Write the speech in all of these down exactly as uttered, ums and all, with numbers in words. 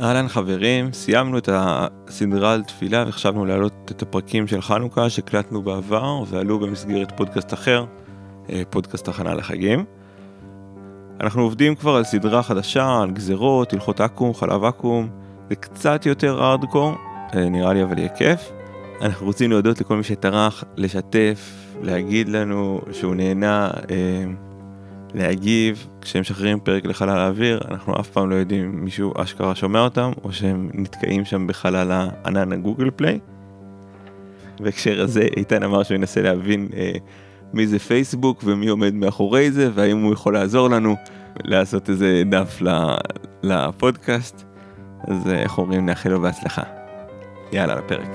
אהלן חברים, סיימנו את הסדרה על תפילה וחשבנו להעלות את הפרקים של חנוכה שקלטנו בעבר ועלו במסגרת פודקאסט אחר, פודקאסט הכנה לחגים. אנחנו עובדים כבר על סדרה חדשה, על גזרות, הלכות אקום, חלב אקום, זה קצת יותר ארדקור, נראה לי אבל יהיה כיף. אנחנו רוצים להודות לכל מי שטרח לשתף, להגיד לנו שהוא נהנה, להגיב. כשהם משחררים פרק לחלל האוויר, אנחנו אף פעם לא יודעים אם מישהו אשכרה שומע אותם, או שהם נתקעים שם בחלל הענן הגוגל פליי. בהקשר הזה, איתן אמר שהוא ינסה להבין אה, מי זה פייסבוק, ומי עומד מאחורי זה, והאם הוא יכול לעזור לנו לעשות איזה דף לפודקאסט. אז איך אומרים, נאחל לו בהצלחה. יאללה, לפרק.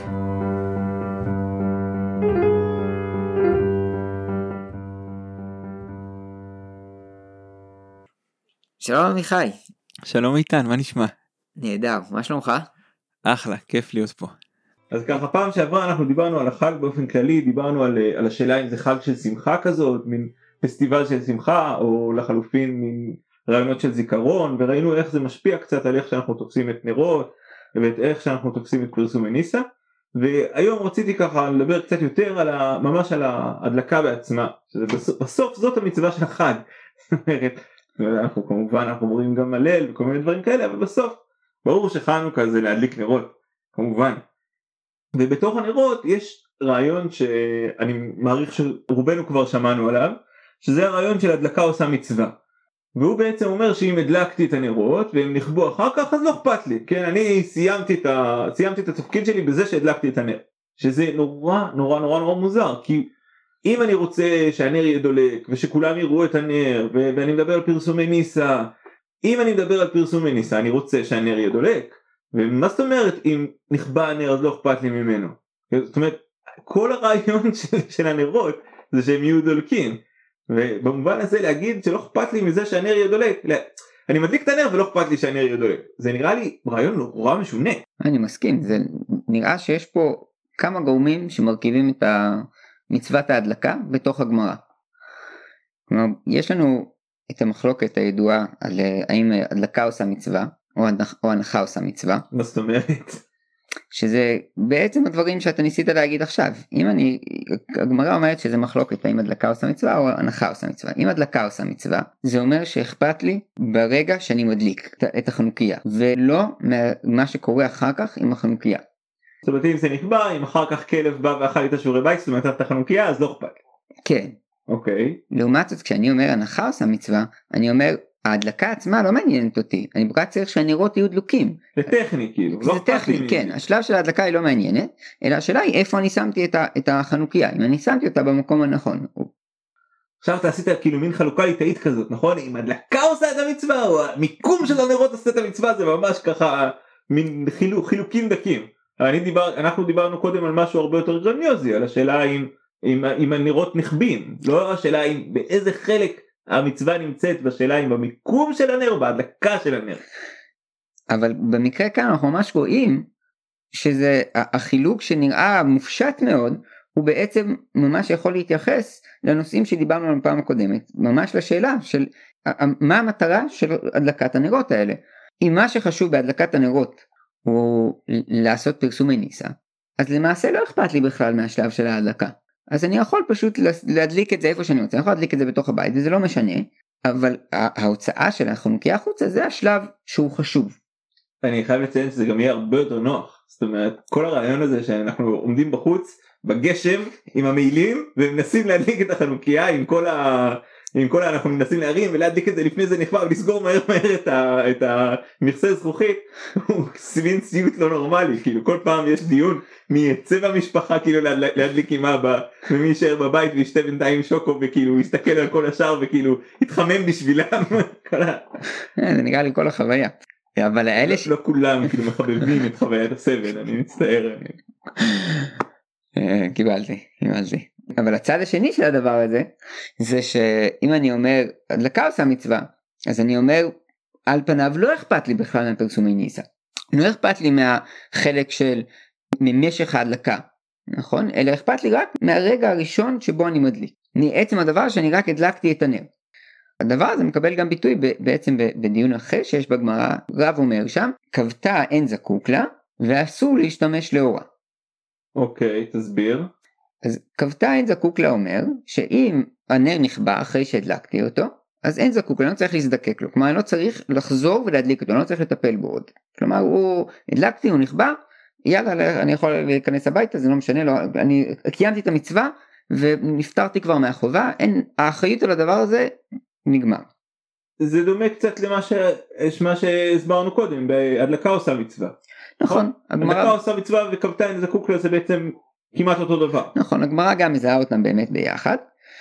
שלום עמיחי. שלום איתן, מה נשמע? נהדר, מה שלומך? אחלה, כיף להיות פה. אז ככה, פעם שעברה אנחנו דיברנו על החג באופן כללי, דיברנו על, על השאלה אם זה חג של שמחה כזאת, מין פסטיבל של שמחה, או לחלופין מין רעיונות של זיכרון, וראינו איך זה משפיע קצת על איך שאנחנו תופסים את נרות, ואת איך שאנחנו תופסים את פרסומי ניסה, והיום רציתי ככה לדבר קצת יותר על ה, ממש על ההדלקה בעצמה, שזה בסוף, בסוף זאת המצווה של החג, זאת אומרת, אנחנו כמובן אנחנו אומרים גם הלל וכל מיני דברים כאלה, אבל בסוף ברור שחנוכה זה להדליק נרות, כמובן. ובתוך הנרות יש רעיון שאני מעריך שרובנו כבר שמענו עליו, שזה הרעיון של הדלקה עושה מצווה. והוא בעצם אומר שאם הדלקתי את הנרות והם נכבו אחר כך, אז לא אכפת לי, כן? אני סיימתי את, ה... סיימתי את התפקיד שלי בזה שהדלקתי את הנר. שזה נורא נורא נורא נורא מוזר, כי אם אני רוצה שהנר יהיה דולק ושכולם יראו את הנר, ו- ואני מדבר על פרסומי ניסה, אם אני מדבר על פרסומי ניסה אני רוצה שהנר יהיה דולק, ומה זאת אומרת אם נכבה הנר אז לא אכפת לי ממנו? זאת אומרת, כל הרעיון של, של הנרות זה שהם יהיו דולקים, ובמובן הזה להגיד שלא אכפת לי מזה שהנר יהיה דולק, לה... אני מדליק את הנר ולא אכפת לי שהנר יהיה דולק, זה נראה לי רעיון נורא משונה. אני מסכים, זה נראה שיש פה כמה גורמים שמרכיבים את ה... מצוות ההדלקה בתוך הגמרא. כלומר, יש לנו את המחלוקת הידועה על האם הדלקה עושה מצווה או הנחה עושה מצווה. מה זאת אומרת? שזה בעצם הדברים שאתה ניסית להגיד עכשיו. אם אני, הגמרא אומרת שזה מחלוקת האם הדלקה עושה מצווה או הנחה עושה מצווה. אם הדלקה עושה מצווה, זה אומר שאכפת לי ברגע שאני מדליק את החנוכיה, ולא מה שקורה אחר כך עם החנוכיה. זאת אומרת, אם זה נכבה, אם אחר כך כלב בא ואכל את השיעורי בית, זאת אומרת את החנוכיה, אז לא אכפת. כן. אוקיי. לעומת זאת, כשאני אומר הנחה עושה מצווה, אני אומר, ההדלקה עצמה לא מעניינת אותי, אני רק צריך שהנרות יהיו דלוקים. זה טכני כאילו, זה טכני, כן, השלב של ההדלקה היא לא מעניינת, אלא השאלה היא איפה אני שמתי את החנוכיה, אם אני שמתי אותה במקום הנכון. עכשיו אתה עשית כאילו מין חלוקה ליטאית כזאת, נכון? אם הדלקה עושה את המצווה, או המיקום של הנרות עושה את המצווה, זה ממש ככה, מין חילוקים דקים. אני דיבר, אנחנו דיברנו קודם על משהו הרבה יותר גרניוזי, על השאלה אם, אם, אם הנרות נכבים, לא השאלה אם באיזה חלק המצווה נמצאת, בשאלה אם במיקום של הנר או בהדלקה של הנר. אבל במקרה כאן אנחנו ממש רואים שזה החילוק שנראה מופשט מאוד, הוא בעצם ממש יכול להתייחס לנושאים שדיברנו על הפעם הקודמת, ממש לשאלה של מה המטרה של הדלקת הנרות האלה. אם מה שחשוב בהדלקת הנרות הוא לעשות פרסומי ניסה, אז למעשה לא אכפת לי בכלל מהשלב של ההדלקה. אז אני יכול פשוט להדליק את זה איפה שאני רוצה, אני יכול להדליק את זה בתוך הבית, וזה לא משנה, אבל ההוצאה של החנוכיה החוצה זה השלב שהוא חשוב. אני חייב לציין שזה גם יהיה הרבה יותר נוח, זאת אומרת, כל הרעיון הזה שאנחנו עומדים בחוץ, בגשם, עם המעילים, ומנסים להדליק את החנוכיה עם כל ה... עם כל אנחנו מנסים להרים ולהדליק את זה לפני זה נחבר ולסגור מהר מהר את, ה, את המכסה זכוכית, הוא סבין סיוט לא נורמלי, כאילו כל פעם יש דיון מי יצא במשפחה כאילו להדליק עם אבא, ומי יישאר בבית וישתה בינתיים שוקו וכאילו יסתכל על כל השאר וכאילו יתחמם בשבילם. זה נראה לי כל החוויה, אבל האלה לא כולם כאילו מחבבים את חוויית הסבל, אני מצטער. קיבלתי, קיבלתי. אבל הצד השני של הדבר הזה, זה שאם אני אומר, הדלקה עושה מצווה, אז אני אומר, על פניו לא אכפת לי בכלל מפרסומי ניסה. לא אכפת לי מהחלק של ממשך ההדלקה, נכון? אלא אכפת לי רק מהרגע הראשון שבו אני מדליק. מעצם הדבר שאני רק הדלקתי את הנר. הדבר הזה מקבל גם ביטוי בעצם בדיון אחר שיש בגמרא, רב אומר שם, כבתה אין זקוק לה, ואסור להשתמש לאורה. אוקיי, תסביר. אז כבתה אין זקוק לה אומר, שאם הנר נכבה אחרי שהדלקתי אותו, אז אין זקוק, אני לא צריך להזדקק לו, כלומר אני לא צריך לחזור ולהדליק אותו, אני לא צריך לטפל בו עוד. כלומר הוא, הדלקתי, הוא נכבה, יאללה, אני יכול להיכנס הביתה, זה לא משנה, לא, אני קיימתי את המצווה, ונפטרתי כבר מהחובה, אין, האחריות על הדבר הזה נגמר. זה דומה קצת למה ש... מה שהסברנו קודם, בהדלקה עושה מצווה. נכון. הגמרא... הדלקה עושה מצווה וכבתה אין זקוק לה, זה בעצם כמעט אותו דבר. נכון, הגמרא גם מזהה אותם באמת ביחד.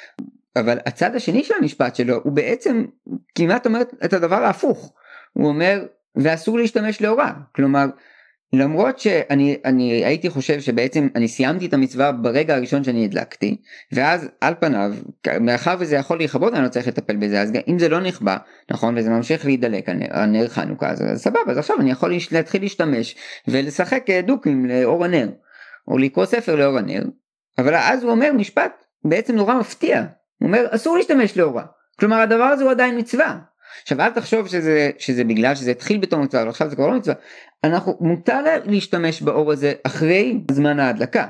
אבל הצד השני של המשפט שלו הוא בעצם כמעט אומר את הדבר ההפוך, הוא אומר ואסור להשתמש לאורה, כלומר למרות שאני אני הייתי חושב שבעצם אני סיימתי את המצווה ברגע הראשון שאני הדלקתי, ואז על פניו מאחר וזה יכול להיכבות אני לא צריך לטפל בזה, אז אם זה לא נכבה נכון וזה ממשיך להידלק הנר, הנר חנוכה, אז סבבה, אז עכשיו אני יכול להתחיל להשתמש ולשחק דוקים לאור הנר או לקרוא ספר לאור הנר, אבל אז הוא אומר משפט בעצם נורא מפתיע, הוא אומר אסור להשתמש לאורה, כלומר הדבר הזה הוא עדיין מצווה. עכשיו אל תחשוב שזה, שזה בגלל שזה התחיל בתור מצווה, אבל עכשיו זה כבר לא מצווה, אנחנו מותר להשתמש באור הזה אחרי זמן ההדלקה,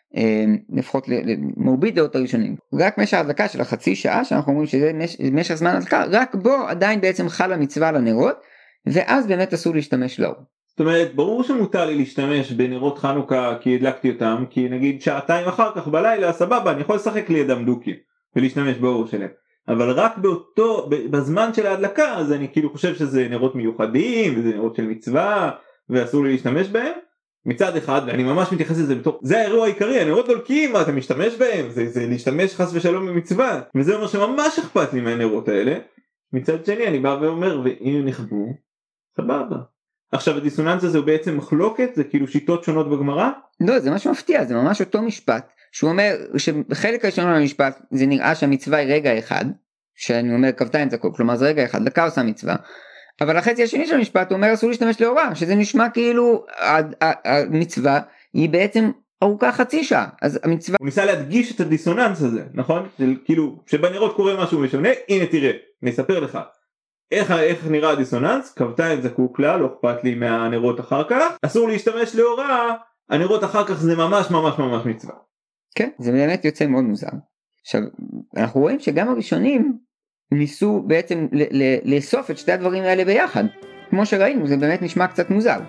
לפחות למרבית דעות הראשונים, רק משך ההדלקה של החצי שעה שאנחנו אומרים שזה משך זמן ההדלקה, רק בו עדיין בעצם חל המצווה לנרות, ואז באמת אסור להשתמש לאור. זאת אומרת, ברור שמותר לי להשתמש בנרות חנוכה כי הדלקתי אותם, כי נגיד שעתיים אחר כך בלילה, סבבה, אני יכול לשחק לידם דוקים ולהשתמש באור שלהם. אבל רק באותו, בזמן של ההדלקה, אז אני כאילו חושב שזה נרות מיוחדים, וזה נרות של מצווה, ואסור לי להשתמש בהם. מצד אחד, ואני ממש מתייחס לזה בתור, זה האירוע העיקרי, הנרות דולקים, מה אתה משתמש בהם? זה, זה להשתמש חס ושלום במצווה. וזה אומר שממש אכפת לי מהנרות האלה. מצד שני, אני בא ואומר, ואם נכבו, סבבה. עכשיו הדיסוננס הזה הוא בעצם מחלוקת, זה כאילו שיטות שונות בגמרא? לא, זה משהו מפתיע, זה ממש אותו משפט, שהוא אומר שבחלק הראשון מהמשפט זה נראה שהמצווה היא רגע אחד, שאני אומר כבתה אין זקוק, כלומר זה רגע אחד, דקה עושה מצווה, אבל החצי השני של המשפט הוא אומר אסור להשתמש לאורה, שזה נשמע כאילו המצווה היא בעצם ארוכה חצי שעה, אז המצווה... הוא ניסה להדגיש את הדיסוננס הזה, נכון? זה כאילו שבנרות קורה משהו משונה, הנה תראה, אני אספר לך. איך, איך נראה הדיסוננס? כבתה אין זקוק לה, לא אכפת לי מהנרות אחר כך, אסור להשתמש לאורה, הנרות אחר כך זה ממש ממש ממש מצווה. כן, זה באמת יוצא מאוד מוזר. עכשיו, אנחנו רואים שגם הראשונים ניסו בעצם לאסוף את שתי הדברים האלה ביחד. כמו שראינו, זה באמת נשמע קצת מוזר.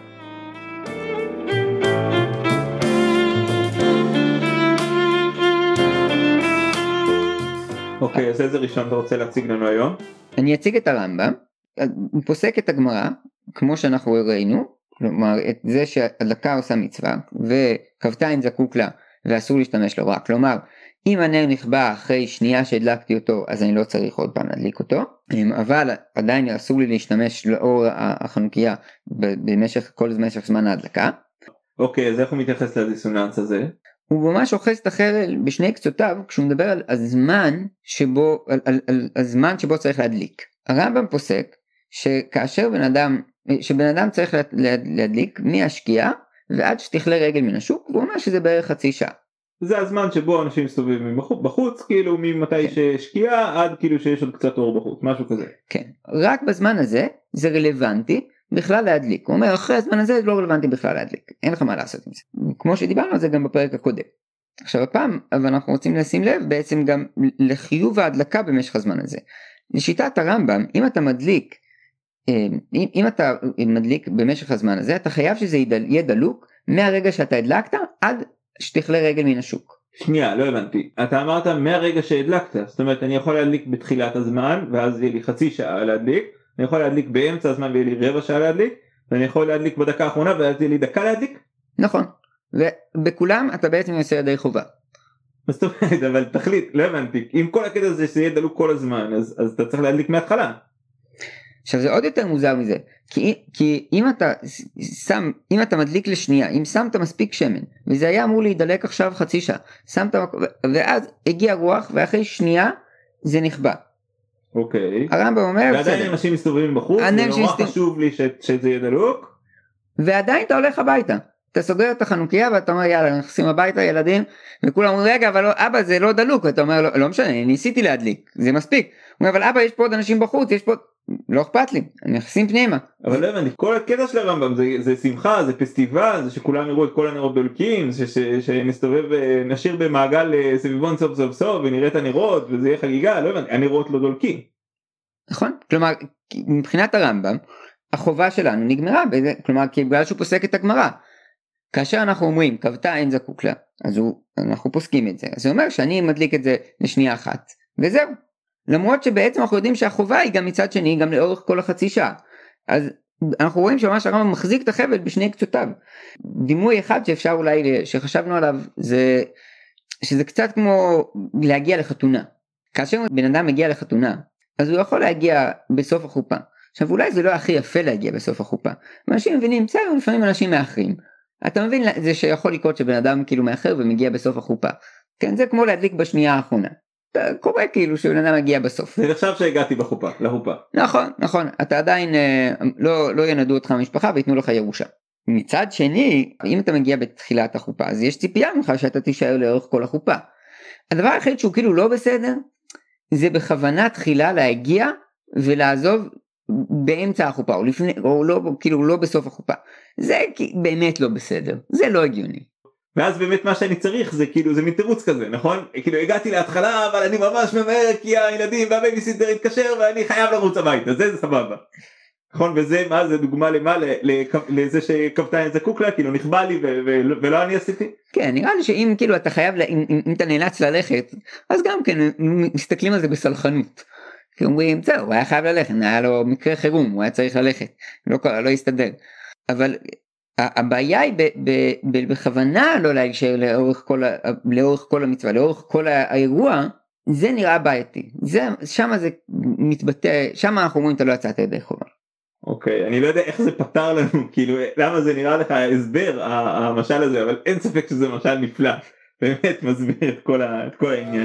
אוקיי, אז איזה ראשון אתה רוצה להציג לנו היום? אני אציג את הרמב"ם, הוא פוסק את הגמרא, כמו שאנחנו ראינו, כלומר את זה שהדלקה עושה מצווה, וכבתה אין זקוק לה, ואסור להשתמש לאורה, כלומר, אם הנר נכבה אחרי שנייה שהדלקתי אותו, אז אני לא צריך עוד פעם להדליק אותו, אבל עדיין אסור לי להשתמש לאור החנוכיה, במשך כל משך זמן ההדלקה. אוקיי, אז איך הוא מתייחס לדיסוננס הזה? הוא ממש אוחז את החרל בשני קצותיו, כשהוא מדבר על הזמן שבו, על, על, על הזמן שבו צריך להדליק. הרמב"ם פוסק שכאשר בן אדם, שבן אדם צריך להדליק מהשקיעה ועד שתכלה רגל מן השוק, הוא אומר שזה בערך חצי שעה. זה הזמן שבו אנשים מסתובבים בחוץ, כאילו ממתי כן. ששקיעה עד כאילו שיש עוד קצת אור בחוץ, משהו כזה. כן, רק בזמן הזה זה רלוונטי בכלל להדליק. הוא אומר אחרי הזמן הזה זה לא רלוונטי בכלל להדליק, אין לך מה לעשות עם זה. כמו שדיברנו על זה גם בפרק הקודם. עכשיו הפעם, אבל אנחנו רוצים לשים לב בעצם גם לחיוב ההדלקה במשך הזמן הזה. לשיטת הרמב"ם, אם אתה מדליק, אם, אם אתה מדליק במשך הזמן הזה, אתה חייב שזה יהיה דלוק מהרגע שאתה הדלקת עד שתכלה רגל מן השוק. שנייה, לא הבנתי. אתה אמרת מהרגע שהדלקת, זאת אומרת אני יכול להדליק בתחילת הזמן ואז יהיה לי חצי שעה להדליק, אני יכול להדליק באמצע הזמן ויהיה לי רבע שעה להדליק, ואני יכול להדליק בדקה האחרונה ואז יהיה לי דקה להדליק? נכון, ובכולם אתה בעצם יעשה ידי חובה. זאת אומרת, אבל תחליט, לא הבנתי, אם כל הקטע הזה שיהיה דלוק כל הזמן, אז, אז אתה צריך להדליק מההתחלה. עכשיו זה עוד יותר מוזר מזה, כי, כי אם אתה שם, אם אתה מדליק לשנייה, אם שמת מספיק שמן, וזה היה אמור להידלק עכשיו חצי שעה, שמת, ואז הגיע רוח, ואחרי שנייה זה נכבה. אוקיי. הרמב"ם אומר, ועדיין אנשים מסתובבים בחוץ, ונורא חשוב לי ש, שזה יהיה דלוק. ועדיין אתה הולך הביתה. אתה סוגר את החנוכיה ואתה אומר יאללה נכנסים הביתה ילדים, וכולם אומרים רגע אבל לא, אבא זה לא דלוק, אתה אומר לא, לא משנה, ניסיתי להדליק, זה מספיק, הוא אומר אבל אבא יש פה עוד אנשים בחוץ, יש פה, לא אכפת לי, נכנסים פנימה. אבל לא הבנתי, כל הקטע של הרמב"ם זה, זה שמחה, זה פסטיבל, זה שכולם יראו את כל הנרות דולקים, ש, ש, שנסתובב, נשאיר במעגל סביבון סוף סוף סוף ונראה את הנרות וזה יהיה חגיגה, לא הבנתי, הנרות לא דולקים. נכון, כלומר מבחינת הרמב"ם החובה שלנו נגמרה, כלומר כי בגלל שהוא פוסק את הגמרא, כאשר אנחנו אומרים כבתה אין זקוק לה, אז הוא, אנחנו פוסקים את זה, אז הוא אומר שאני מדליק את זה לשנייה אחת וזהו, למרות שבעצם אנחנו יודעים שהחובה היא גם מצד שני גם לאורך כל החצי שעה, אז אנחנו רואים שממש הרמב"ם מחזיק את החבל בשני קצותיו. דימוי אחד שאפשר אולי שחשבנו עליו זה שזה קצת כמו להגיע לחתונה, כאשר בן אדם מגיע לחתונה אז הוא יכול להגיע בסוף החופה, עכשיו אולי זה לא הכי יפה להגיע בסוף החופה, אנשים מבינים, בסדר, לפעמים אנשים מאחרים, אתה מבין זה שיכול לקרות שבן אדם כאילו מאחר ומגיע בסוף החופה, כן, זה כמו להדליק בשנייה האחרונה, קורה כאילו שבן אדם מגיע בסוף. זה נחשב שהגעתי בחופה, לחופה. נכון, נכון, אתה עדיין לא, לא ינדו אותך המשפחה ויתנו לך ירושה. מצד שני, אם אתה מגיע בתחילת החופה, אז יש ציפייה ממך שאתה תישאר לאורך כל החופה. הדבר היחיד שהוא כאילו לא בסדר, זה בכוונה תחילה להגיע ולעזוב באמצע החופה, או לפני, או לא, כאילו לא בסוף החופה. זה באמת לא בסדר, זה לא הגיוני. ואז באמת מה שאני צריך זה כאילו זה מתירוץ כזה, נכון? כאילו הגעתי להתחלה אבל אני ממש ממהר כי הילדים והבייביסיטר התקשר ואני חייב לרוץ הביתה, זה זה סבבה. נכון? וזה מה זה דוגמה למה לזה שכבתה אין זקוק לה, כאילו נכבה לי ולא אני עשיתי? כן, נראה לי שאם כאילו אתה חייב, אם אתה נאלץ ללכת, אז גם כן מסתכלים על זה בסלחנות. כי אומרים, זהו, הוא היה חייב ללכת, היה לו מקרה חירום, הוא היה צריך ללכת, לא, לא יסתדר. אבל הבעיה היא בכוונה לא להישאר לאורך כל, לאורך כל המצווה, לאורך כל האירוע, זה נראה בעייתי. זה, שמה זה מתבטא, שמה אנחנו אומרים, אתה לא יצאת ידי חובה. אוקיי, אני לא יודע איך זה פתר לנו, כאילו, למה זה נראה לך הסבר, המשל הזה, אבל אין ספק שזה משל נפלא, באמת מסביר את כל, ה, את כל העניין.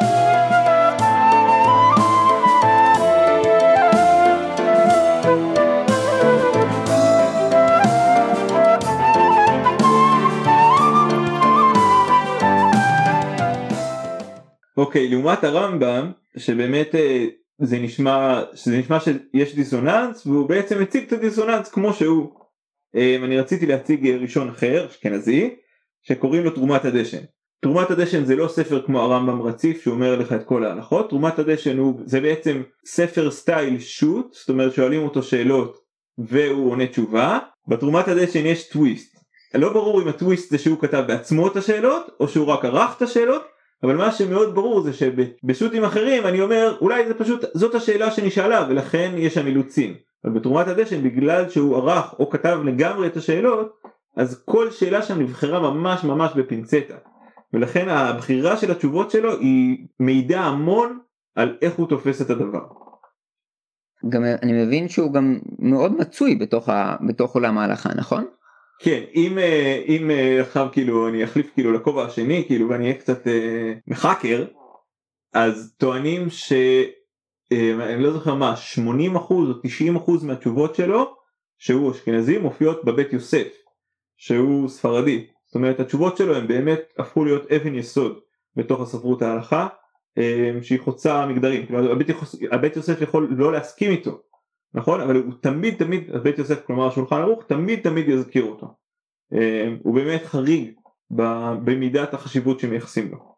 אוקיי, לעומת הרמב"ם, שבאמת זה נשמע, שזה נשמע שיש דיסוננס, והוא בעצם הציג את הדיסוננס כמו שהוא. אני רציתי להציג ראשון אחר, אשכנזי, שקוראים לו תרומת הדשן. תרומת הדשן זה לא ספר כמו הרמב"ם רציף, שאומר לך את כל ההלכות. תרומת הדשן הוא, זה בעצם ספר סטייל שוט, זאת אומרת שואלים אותו שאלות, והוא עונה תשובה. בתרומת הדשן יש טוויסט. לא ברור אם הטוויסט זה שהוא כתב בעצמו את השאלות, או שהוא רק ערך את השאלות, אבל מה שמאוד ברור זה שבשו"תים אחרים אני אומר אולי זה פשוט זאת השאלה שנשאלה ולכן יש שם אילוצים, אבל בתרומת הדשן בגלל שהוא ערך או כתב לגמרי את השאלות אז כל שאלה שם נבחרה ממש ממש בפינצטה, ולכן הבחירה של התשובות שלו היא מידע המון על איך הוא תופס את הדבר. גם אני מבין שהוא גם מאוד מצוי בתוך, ה, בתוך עולם ההלכה, נכון? כן, אם, אם עכשיו כאילו אני אחליף כאילו לכובע השני כאילו ואני אהיה קצת אה, מחקר, אז טוענים ש אה, אני לא זוכר מה שמונים אחוז או תשעים אחוז מהתשובות שלו שהוא אשכנזי מופיעות בבית יוסף שהוא ספרדי, זאת אומרת התשובות שלו הם באמת הפכו להיות אבן יסוד בתוך הספרות ההלכה אה, שהיא חוצה מגדרים, כאילו, הבית, הבית יוסף יכול לא להסכים איתו נכון, אבל הוא תמיד תמיד, בית יוסף כלומר השולחן ערוך, תמיד תמיד יזכיר אותו. הוא באמת חריג במידת החשיבות שמייחסים לו.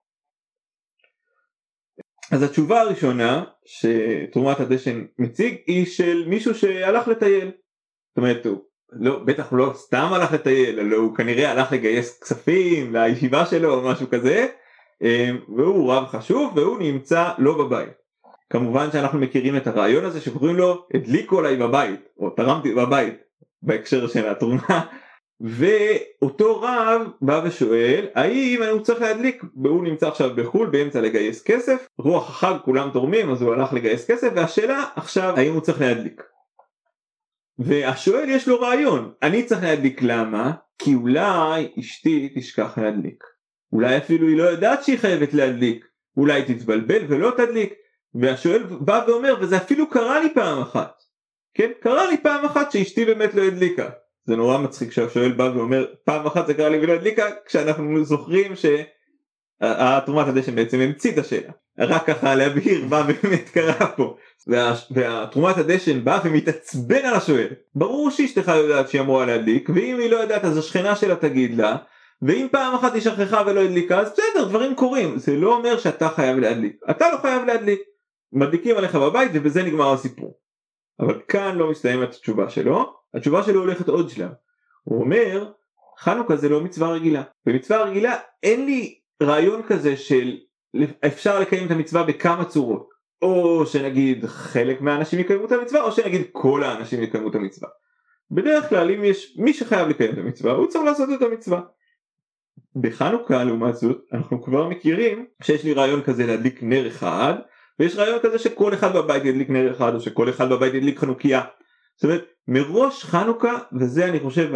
אז התשובה הראשונה שתרומת הדשן מציג היא של מישהו שהלך לטייל. זאת אומרת, הוא לא, בטח לא סתם הלך לטייל, אלא הוא כנראה הלך לגייס כספים לישיבה שלו או משהו כזה, והוא רב חשוב והוא נמצא לא בבית. כמובן שאנחנו מכירים את הרעיון הזה שקוראים לו הדליקו עליי בבית או תרמתי בבית בהקשר של התרומה, ואותו רב בא ושואל האם הוא צריך להדליק, והוא נמצא עכשיו בחול באמצע לגייס כסף, רוח החג כולם תורמים אז הוא הלך לגייס כסף, והשאלה עכשיו האם הוא צריך להדליק, והשואל יש לו רעיון, אני צריך להדליק למה? כי אולי אשתי תשכח להדליק, אולי אפילו היא לא יודעת שהיא חייבת להדליק, אולי תתבלבל ולא תדליק, והשואל בא ואומר וזה אפילו קרה לי פעם אחת, כן? קרה לי פעם אחת שאשתי באמת לא הדליקה, זה נורא מצחיק שהשואל בא ואומר פעם אחת זה קרה לי ולא הדליקה, כשאנחנו זוכרים שהתרומת הדשן בעצם המציא את השאלה, רק ככה להבהיר מה באמת קרה פה. וה, והתרומת הדשן בא ומתעצבן על השואל. ברור שאשתך יודעת שהיא אמורה להדליק, ואם היא לא יודעת אז השכנה שלה תגיד לה, ואם פעם אחת היא שכחה ולא הדליקה אז בסדר, דברים קורים. זה לא אומר שאתה חייב להדליק, אתה לא חייב להדליק, מדליקים עליך בבית ובזה נגמר הסיפור. אבל כאן לא מסתיימת התשובה שלו, התשובה שלו הולכת עוד שלב. הוא אומר חנוכה זה לא מצווה רגילה, במצווה רגילה אין לי רעיון כזה של אפשר לקיים את המצווה בכמה צורות, או שנגיד חלק מהאנשים יקיימו את המצווה, או שנגיד כל האנשים יקיימו את המצווה. בדרך כלל אם יש מי שחייב לקיים את המצווה הוא צריך לעשות את המצווה. בחנוכה לעומת זאת אנחנו כבר מכירים שיש לי רעיון כזה להדליק נר אחד, ויש רעיון כזה שכל אחד בבית ידליק נר אחד, או שכל אחד בבית ידליק חנוכיה. זאת אומרת מראש חנוכה, וזה אני חושב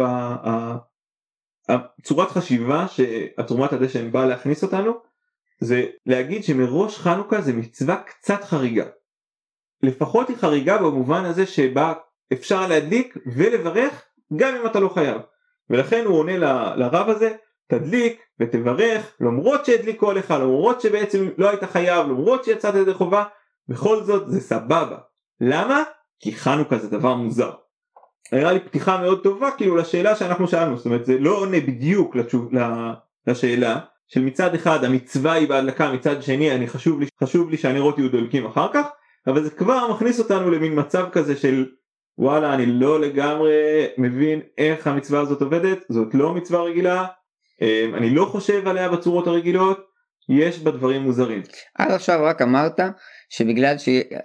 הצורת חשיבה שהתרומת הדשן באה להכניס אותנו, זה להגיד שמראש חנוכה זה מצווה קצת חריגה. לפחות היא חריגה במובן הזה שבה אפשר להדליק ולברך גם אם אתה לא חייב. ולכן הוא עונה ל, לרב הזה, תדליק ותברך למרות שהדליקו עליך, למרות שבעצם לא היית חייב, למרות שיצאת ידי חובה, בכל זאת זה סבבה. למה? כי חנוכה זה דבר מוזר. נראה לי פתיחה מאוד טובה כאילו לשאלה שאנחנו שאלנו, זאת אומרת זה לא עונה בדיוק לתשוב, לשאלה של מצד אחד המצווה היא בהדלקה, מצד שני אני חשוב לי, חשוב לי שהנרות יהיו דולקים אחר כך, אבל זה כבר מכניס אותנו למין מצב כזה של וואלה אני לא לגמרי מבין איך המצווה הזאת עובדת, זאת לא מצווה רגילה, אני לא חושב עליה בצורות הרגילות, יש בה דברים מוזרים. עד עכשיו רק אמרת שבגלל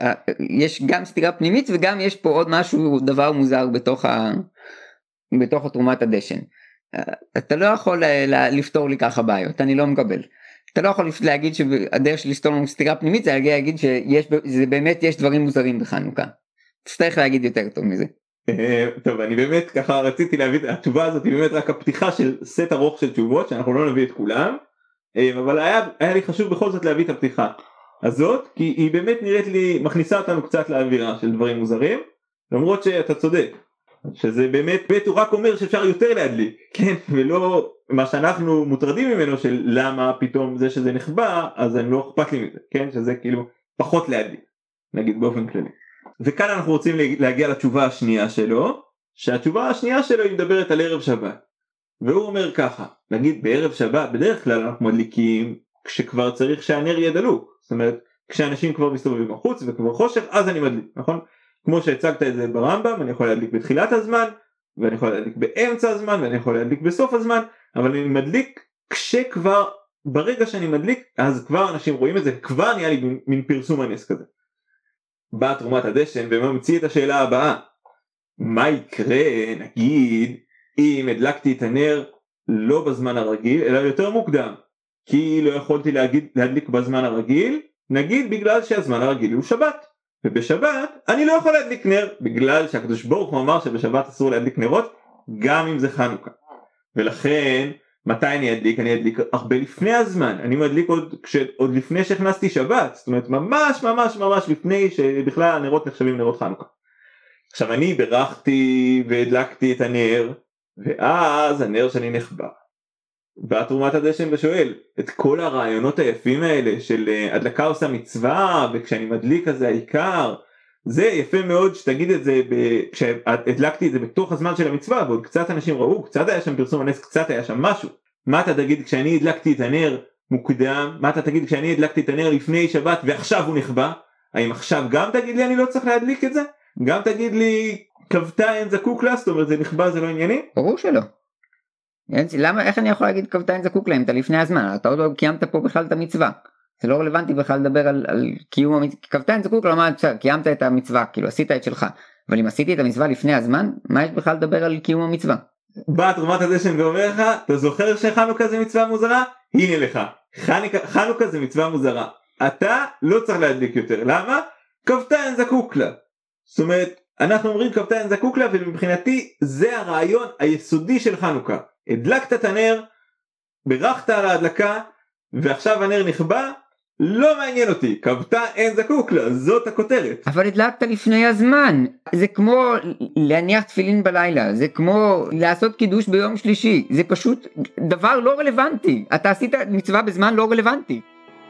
שיש גם סתירה פנימית וגם יש פה עוד משהו, דבר מוזר בתוך, ה... בתוך התרומת הדשן. אתה לא יכול לפתור לי ככה בעיות, אני לא מקבל. אתה לא יכול להגיד שהדרך של לסתור לנו סתירה פנימית זה להגיד שזה באמת יש דברים מוזרים בחנוכה. תצטרך להגיד יותר טוב מזה. טוב, אני באמת ככה רציתי להביא, התשובה הזאת היא באמת רק הפתיחה של סט ארוך של תשובות שאנחנו לא נביא את כולם, אבל היה, היה לי חשוב בכל זאת להביא את הפתיחה הזאת, כי היא באמת נראית לי, מכניסה אותנו קצת לאווירה של דברים מוזרים, למרות שאתה צודק, שזה באמת, באמת הוא רק אומר שאפשר יותר להדליק, כן, ולא מה שאנחנו מוטרדים ממנו של למה פתאום זה שזה נחבא, אז אני לא אכפת לי מזה, כן, שזה כאילו פחות להדליק, נגיד באופן כללי. וכאן אנחנו רוצים להגיע לתשובה השנייה שלו, שהתשובה השנייה שלו היא מדברת על ערב שבת, והוא אומר ככה, נגיד בערב שבת בדרך כלל אנחנו מדליקים כשכבר צריך שהנר יהיה דלוק, זאת אומרת כשאנשים כבר מסתובבים בחוץ וכבר חושך אז אני מדליק, נכון? כמו שהצגת את זה ברמב"ם, אני יכול להדליק בתחילת הזמן ואני יכול להדליק באמצע הזמן ואני יכול להדליק בסוף הזמן, אבל אני מדליק כשכבר, ברגע שאני מדליק אז כבר אנשים רואים את זה, כבר נהיה לי מין, מין פרסום הנס כזה. באה תרומת הדשן וממציא את השאלה הבאה, מה יקרה נגיד אם הדלקתי את הנר לא בזמן הרגיל אלא יותר מוקדם, כי לא יכולתי להגיד, להדליק בזמן הרגיל, נגיד בגלל שהזמן הרגיל הוא שבת, ובשבת אני לא יכול להדליק נר בגלל שהקדוש ברוך הוא אמר שבשבת אסור להדליק נרות גם אם זה חנוכה, ולכן מתי אני אדליק? אני אדליק הרבה לפני הזמן, אני מדליק עוד, כש, עוד לפני שהכנסתי שבת, זאת אומרת ממש ממש ממש לפני שבכלל הנרות נחשבים נרות חנוכה. עכשיו אני ברכתי והדלקתי את הנר ואז הנר שלי נחבא, בא תרומת הדשן ושואל את כל הרעיונות היפים האלה של הדלקה עושה מצווה וכשאני מדליק אז זה העיקר, זה יפה מאוד שתגיד את זה ב... כשהדלקתי את זה בתוך הזמן של המצווה ועוד קצת אנשים ראו, קצת היה שם פרסום הנס, קצת היה שם משהו. מה אתה תגיד כשאני הדלקתי את הנר מוקדם, מה אתה תגיד כשאני הדלקתי את הנר לפני שבת ועכשיו הוא נחבא, האם עכשיו גם תגיד לי אני לא צריך להדליק את זה? גם תגיד לי כבתה אין זקוק לה, זאת אומרת זה נחבא זה לא ענייני? ברור שלא. למה, איך אני יכול להגיד כבתה אין זקוק להם, אתה לפני הזמן, אתה עוד לא קיימת פה בכלל את המצווה, זה לא רלוונטי בכלל לדבר על, על קיום המצווה, כבתה אין זקוק למה, קיימת את המצווה, כאילו עשית את שלך, אבל אם עשיתי את המצווה לפני הזמן, מה יש בכלל לדבר על קיום המצווה? בא תרומת הדשן ואומר לך, אתה זוכר שחנוכה זה מצווה מוזרה? הנה לך, חנוכה, חנוכה זה מצווה מוזרה, אתה לא צריך להדליק יותר, למה? כבתה אין זקוק לה, זאת אומרת, אנחנו אומרים כבתה אין זקוק לה, ומבחינתי זה הרעיון היסודי של חנוכה. הדלקת את הנר, ברכת על ההדלקה, ועכשיו הנר נכבה, לא מעניין אותי, כבתה אין זקוק לה, זאת הכותרת. אבל הדלקת לפני הזמן, זה כמו להניח תפילין בלילה, זה כמו לעשות קידוש ביום שלישי, זה פשוט דבר לא רלוונטי, אתה עשית מצווה בזמן לא רלוונטי.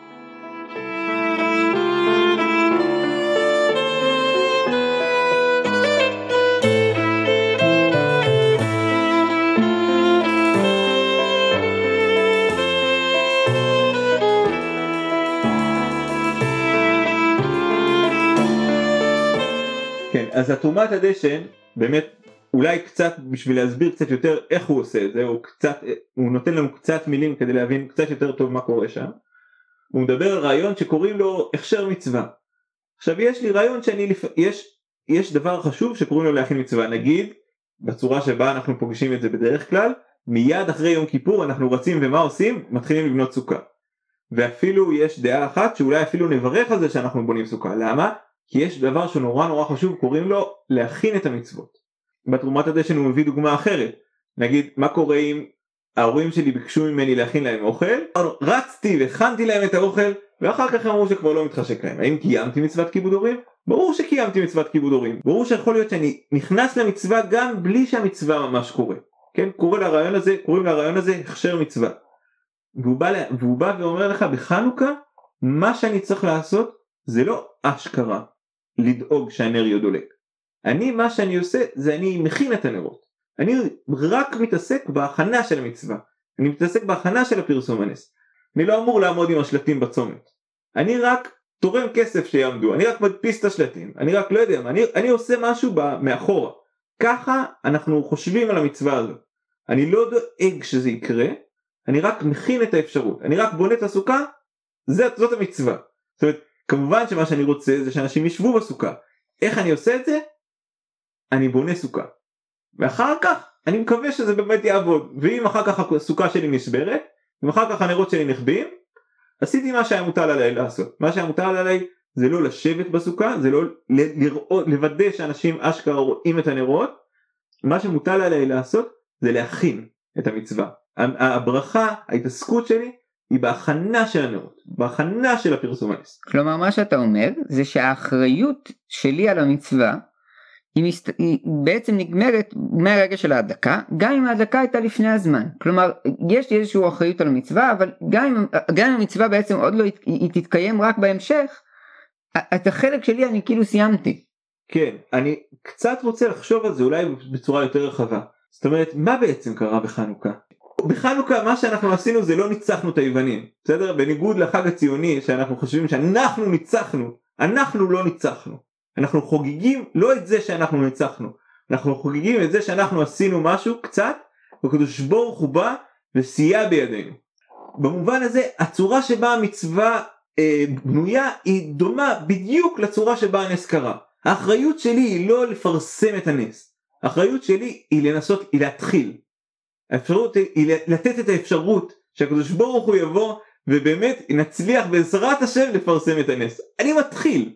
אז התרומת הדשן, באמת, אולי קצת, בשביל להסביר קצת יותר איך הוא עושה את זה, הוא, קצת, הוא נותן לנו קצת מילים כדי להבין קצת יותר טוב מה קורה שם. הוא מדבר על רעיון שקוראים לו הכשר מצווה. עכשיו יש לי רעיון שאני, יש, יש דבר חשוב שקוראים לו להכין מצווה, נגיד, בצורה שבה אנחנו פוגשים את זה בדרך כלל, מיד אחרי יום כיפור אנחנו רצים ומה עושים? מתחילים לבנות סוכה. ואפילו יש דעה אחת שאולי אפילו נברך על זה שאנחנו בונים סוכה. למה? כי יש דבר שנורא נורא חשוב, קוראים לו להכין את המצוות. בתרומת הדשן הוא מביא דוגמה אחרת. נגיד, מה קורה אם ההורים שלי ביקשו ממני להכין להם אוכל? רצתי והכנתי להם את האוכל, ואחר כך אמרו שכבר לא מתחשק להם. האם קיימתי מצוות כיבוד הורים? ברור שקיימתי מצוות כיבוד הורים. ברור שיכול להיות שאני נכנס למצווה גם בלי שהמצווה ממש קורה. כן? קורא לרעיון הזה, קוראים לרעיון הזה הכשר מצווה. והוא בא, והוא בא ואומר לך, בחנוכה, מה שאני צריך לעשות זה לא אשכרה לדאוג שהנר ידולק. אני, מה שאני עושה זה אני מכין את הנרות. אני רק מתעסק בהכנה של המצווה. אני מתעסק בהכנה של הפרסום הנס. אני לא אמור לעמוד עם השלטים בצומת. אני רק תורם כסף שיעמדו. אני רק מדפיס את השלטים. אני רק לא יודע. אני, אני עושה משהו מאחורה. ככה אנחנו חושבים על המצווה הזו. אני לא דואג שזה יקרה. אני רק מכין את האפשרות. אני רק בונה את הסוכה. זאת, זאת המצווה. זאת אומרת, כמובן שמה שאני רוצה זה שאנשים ישבו בסוכה. איך אני עושה את זה? אני בונה סוכה. ואחר כך אני מקווה שזה באמת יעבוד. ואם אחר כך הסוכה שלי נשברת, ואחר כך הנרות שלי נחבים, עשיתי מה שהיה מוטל עליי לעשות. מה שהיה מוטל עליי זה לא לשבת בסוכה, זה לא לראות, לוודא שאנשים אשכרה רואים את הנרות. מה שמוטל עליי לעשות זה להכין את המצווה. הברכה, ההתעסקות שלי, היא בהכנה של הנרות, בהכנה של הפרסום הנס. כלומר, מה שאתה אומר זה שהאחריות שלי על המצווה היא, מסת... היא בעצם נגמרת מהרגע של ההדלקה, גם אם ההדלקה הייתה לפני הזמן. כלומר, יש לי איזושהי אחריות על המצווה, אבל גם אם, גם אם המצווה בעצם עוד לא היא תתקיים רק בהמשך, את החלק שלי אני כאילו סיימתי. כן, אני קצת רוצה לחשוב על זה אולי בצורה יותר רחבה. זאת אומרת, מה בעצם קרה בחנוכה? בחנוכה מה שאנחנו עשינו זה לא ניצחנו את היוונים, בסדר? בניגוד לחג הציוני שאנחנו חושבים שאנחנו ניצחנו, אנחנו לא ניצחנו. אנחנו חוגגים לא את זה שאנחנו ניצחנו, אנחנו חוגגים את זה שאנחנו עשינו משהו קצת, וקדוש ברוך הוא בא וסייע בידינו. במובן הזה הצורה שבה המצווה אה, בנויה היא דומה בדיוק לצורה שבה הנס קרה. האחריות שלי היא לא לפרסם את הנס, האחריות שלי היא לנסות, היא להתחיל. האפשרות היא לתת את האפשרות שהקדוש ברוך הוא יבוא ובאמת נצליח בעזרת השם לפרסם את הנס. אני מתחיל.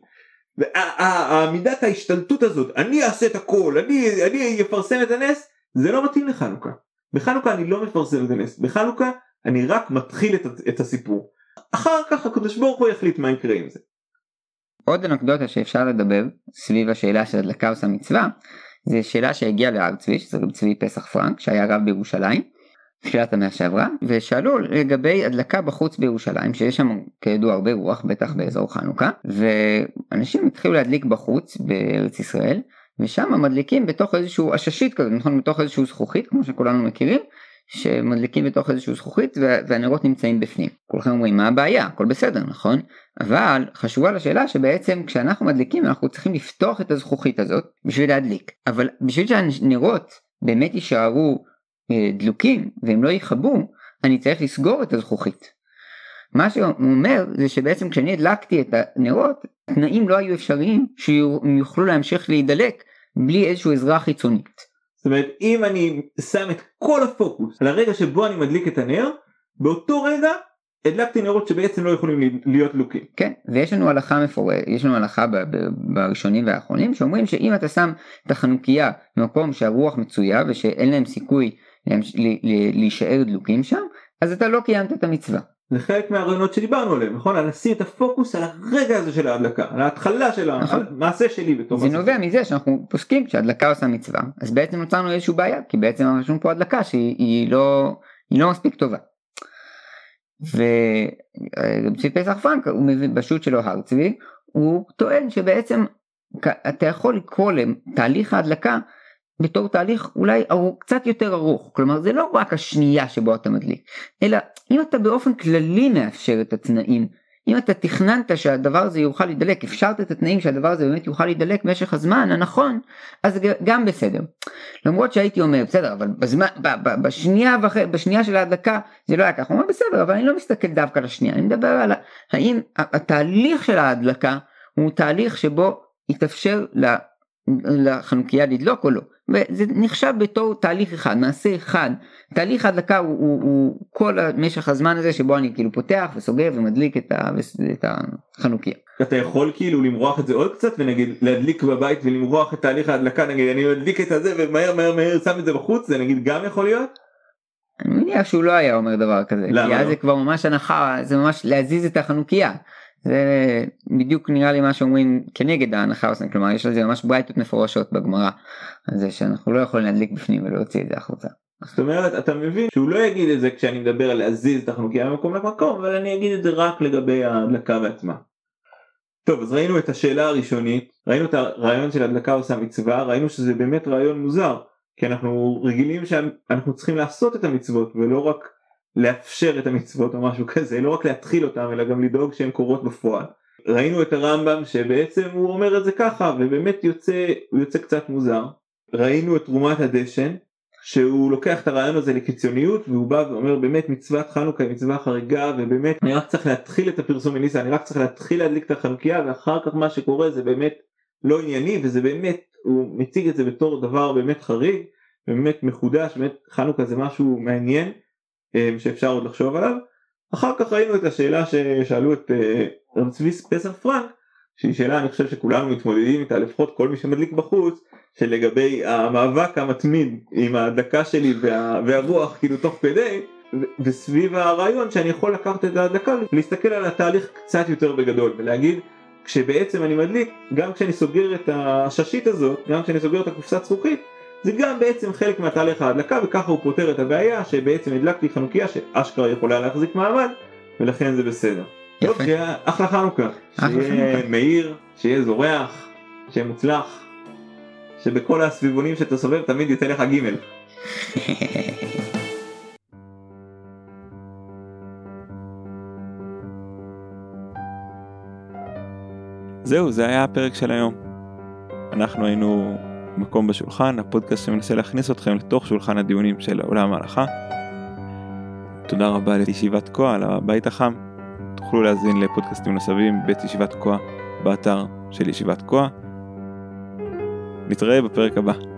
העמידת ההשתלטות הזאת, אני אעשה את הכל, אני, אני אפרסם את הנס, זה לא מתאים לחנוכה. בחנוכה אני לא מפרסם את הנס, בחנוכה אני רק מתחיל את, את הסיפור. אחר כך הקדוש ברוך הוא יחליט מה יקרה עם זה. עוד אנקדוטה שאפשר לדבר סביב השאלה של הדלקה עושה מצווה, זה שאלה שהגיעה להר צבי, שזה רב צבי פסח פרנק, שהיה רב בירושלים, תחילת המאה שעברה, ושאלו לגבי הדלקה בחוץ בירושלים, שיש שם כידוע הרבה רוח, בטח באזור חנוכה, ואנשים התחילו להדליק בחוץ בארץ ישראל, ושם מדליקים בתוך איזשהו עששית כזה, נכון? בתוך איזשהו זכוכית, כמו שכולנו מכירים, שמדליקים בתוך איזשהו זכוכית, והנרות נמצאים בפנים. כולכם אומרים, מה הבעיה? הכל בסדר, נכון? אבל חשובה לשאלה שבעצם כשאנחנו מדליקים, אנחנו צריכים לפתוח את הזכוכית הזאת בשביל להדליק. אבל בשביל שהנרות באמת יישארו דלוקים והם לא יכבו, אני צריך לסגור את הזכוכית. מה שהוא אומר זה שבעצם כשאני הדלקתי את הנרות, התנאים לא היו אפשריים שהם יוכלו להמשיך להידלק בלי איזשהו עזרה חיצונית. זאת אומרת, אם אני שם את כל הפוקוס על הרגע שבו אני מדליק את הנר, באותו רגע הדלקתי נרות שבעצם לא יכולים להיות דלוקים. כן, ויש לנו הלכה מפורשת, יש לנו הלכה בראשונים והאחרונים שאומרים שאם אתה שם את החנוכיה במקום שהרוח מצויה ושאין להם סיכוי להישאר דלוקים שם, אז אתה לא קיימת את המצווה. זה חלק מהרעיונות שדיברנו עליהם, נכון? על לשים את הפוקוס על הרגע הזה של ההדלקה, על ההתחלה של נכון. המעשה שלי בתור זה נובע מזה שאנחנו פוסקים שההדלקה עושה מצווה, אז בעצם נוצרנו איזשהו בעיה, כי בעצם רשום פה הדלקה שהיא לא, היא לא מספיק טובה. ובצי פסח פרנק, הוא מביא בשו"ת שלו הר צבי, הוא טוען שבעצם אתה יכול לקרוא לתהליך ההדלקה בתור תהליך אולי ארוך, קצת יותר ארוך, כלומר זה לא רק השנייה שבו אתה מדליק, אלא אם אתה באופן כללי מאפשר את התנאים, אם אתה תכננת שהדבר הזה יוכל להידלק, אפשרת את התנאים שהדבר הזה באמת יוכל להידלק במשך הזמן הנכון, אז גם בסדר. למרות שהייתי אומר, בסדר, אבל בזמן, ב, ב, בשנייה, בשנייה של ההדלקה זה לא היה כך, הוא אומר בסדר, אבל אני לא מסתכל דווקא על השנייה, אני מדבר על האם התהליך של ההדלקה הוא תהליך שבו יתאפשר לחנוכיה לדלוק או לא. וזה נחשב בתור תהליך אחד, מעשה אחד. תהליך ההדלקה הוא, הוא, הוא כל משך הזמן הזה שבו אני כאילו פותח וסוגר ומדליק את, ה, את החנוכיה. אתה יכול כאילו למרוח את זה עוד קצת ונגיד להדליק בבית ולמרוח את תהליך ההדלקה, נגיד אני מדליק את זה ומהר מהר מהר שם את זה בחוץ, זה נגיד גם יכול להיות? אני מניח שהוא לא היה אומר דבר כזה. למה כי אז לא? זה כבר ממש הנחה, זה ממש להזיז את החנוכיה. זה בדיוק נראה לי מה שאומרים כנגד ההנחה, כלומר יש לזה ממש ברייתות מפורשות בגמרא, על זה שאנחנו לא יכולים להדליק בפנים ולהוציא את זה החוצה. זאת אומרת, אתה מבין שהוא לא יגיד את זה כשאני מדבר על להזיז את החנוכיה ממקום למקום, אבל אני אגיד את זה רק לגבי ההדלקה בעצמה. טוב, אז ראינו את השאלה הראשונית, ראינו את הרעיון של ההדלקה עושה מצווה, ראינו שזה באמת רעיון מוזר, כי אנחנו רגילים שאנחנו צריכים לעשות את המצוות ולא רק לאפשר את המצוות או משהו כזה, לא רק להתחיל אותם אלא גם לדאוג שהן קורות בפועל. ראינו את הרמב"ם שבעצם הוא אומר את זה ככה ובאמת יוצא, הוא יוצא קצת מוזר. ראינו את תרומת הדשן שהוא לוקח את הרעיון הזה לקיצוניות והוא בא ואומר באמת מצוות חנוכה היא מצווה חריגה ובאמת אני רק צריך להתחיל את הפרסום מניסה, אני רק צריך להתחיל להדליק את החנוכיה ואחר כך מה שקורה זה באמת לא ענייני וזה באמת, הוא מציג את זה בתור דבר באמת חריג ובאמת מחודש, באמת חנוכה זה משהו מעניין שאפשר עוד לחשוב עליו. אחר כך ראינו את השאלה ששאלו את רב צבי פסח פרנק, שהיא שאלה אני חושב שכולנו מתמודדים איתה, לפחות כל מי שמדליק בחוץ, שלגבי המאבק המתמיד עם ההדלקה שלי וה, והרוח כאילו תוך כדי, וסביב הרעיון שאני יכול לקחת את ההדלקה ולהסתכל על התהליך קצת יותר בגדול ולהגיד כשבעצם אני מדליק, גם כשאני סוגר את הששית הזאת, גם כשאני סוגר את הקופסת זכוכית, זה גם בעצם חלק מהתהליך ההדלקה וככה הוא פותר את הבעיה שבעצם הדלקתי חנוכיה שאשכרה יכולה להחזיק מעמד ולכן זה בסדר. יפה. טוב, שיהיה אחלה חנוכה, שיהיה מהיר, שיהיה זורח, שיהיה מוצלח, שבכל הסביבונים שאתה סובב תמיד יצא לך גימל. זהו, זה היה הפרק של היום. אנחנו היינו מקום בשולחן, הפודקאסט שמנסה להכניס אתכם לתוך שולחן הדיונים של עולם ההלכה. תודה רבה לישיבת כה על הבית החם. תוכלו להזין לפודקאסטים נוספים בית ישיבת כה באתר של ישיבת כה. נתראה בפרק הבא.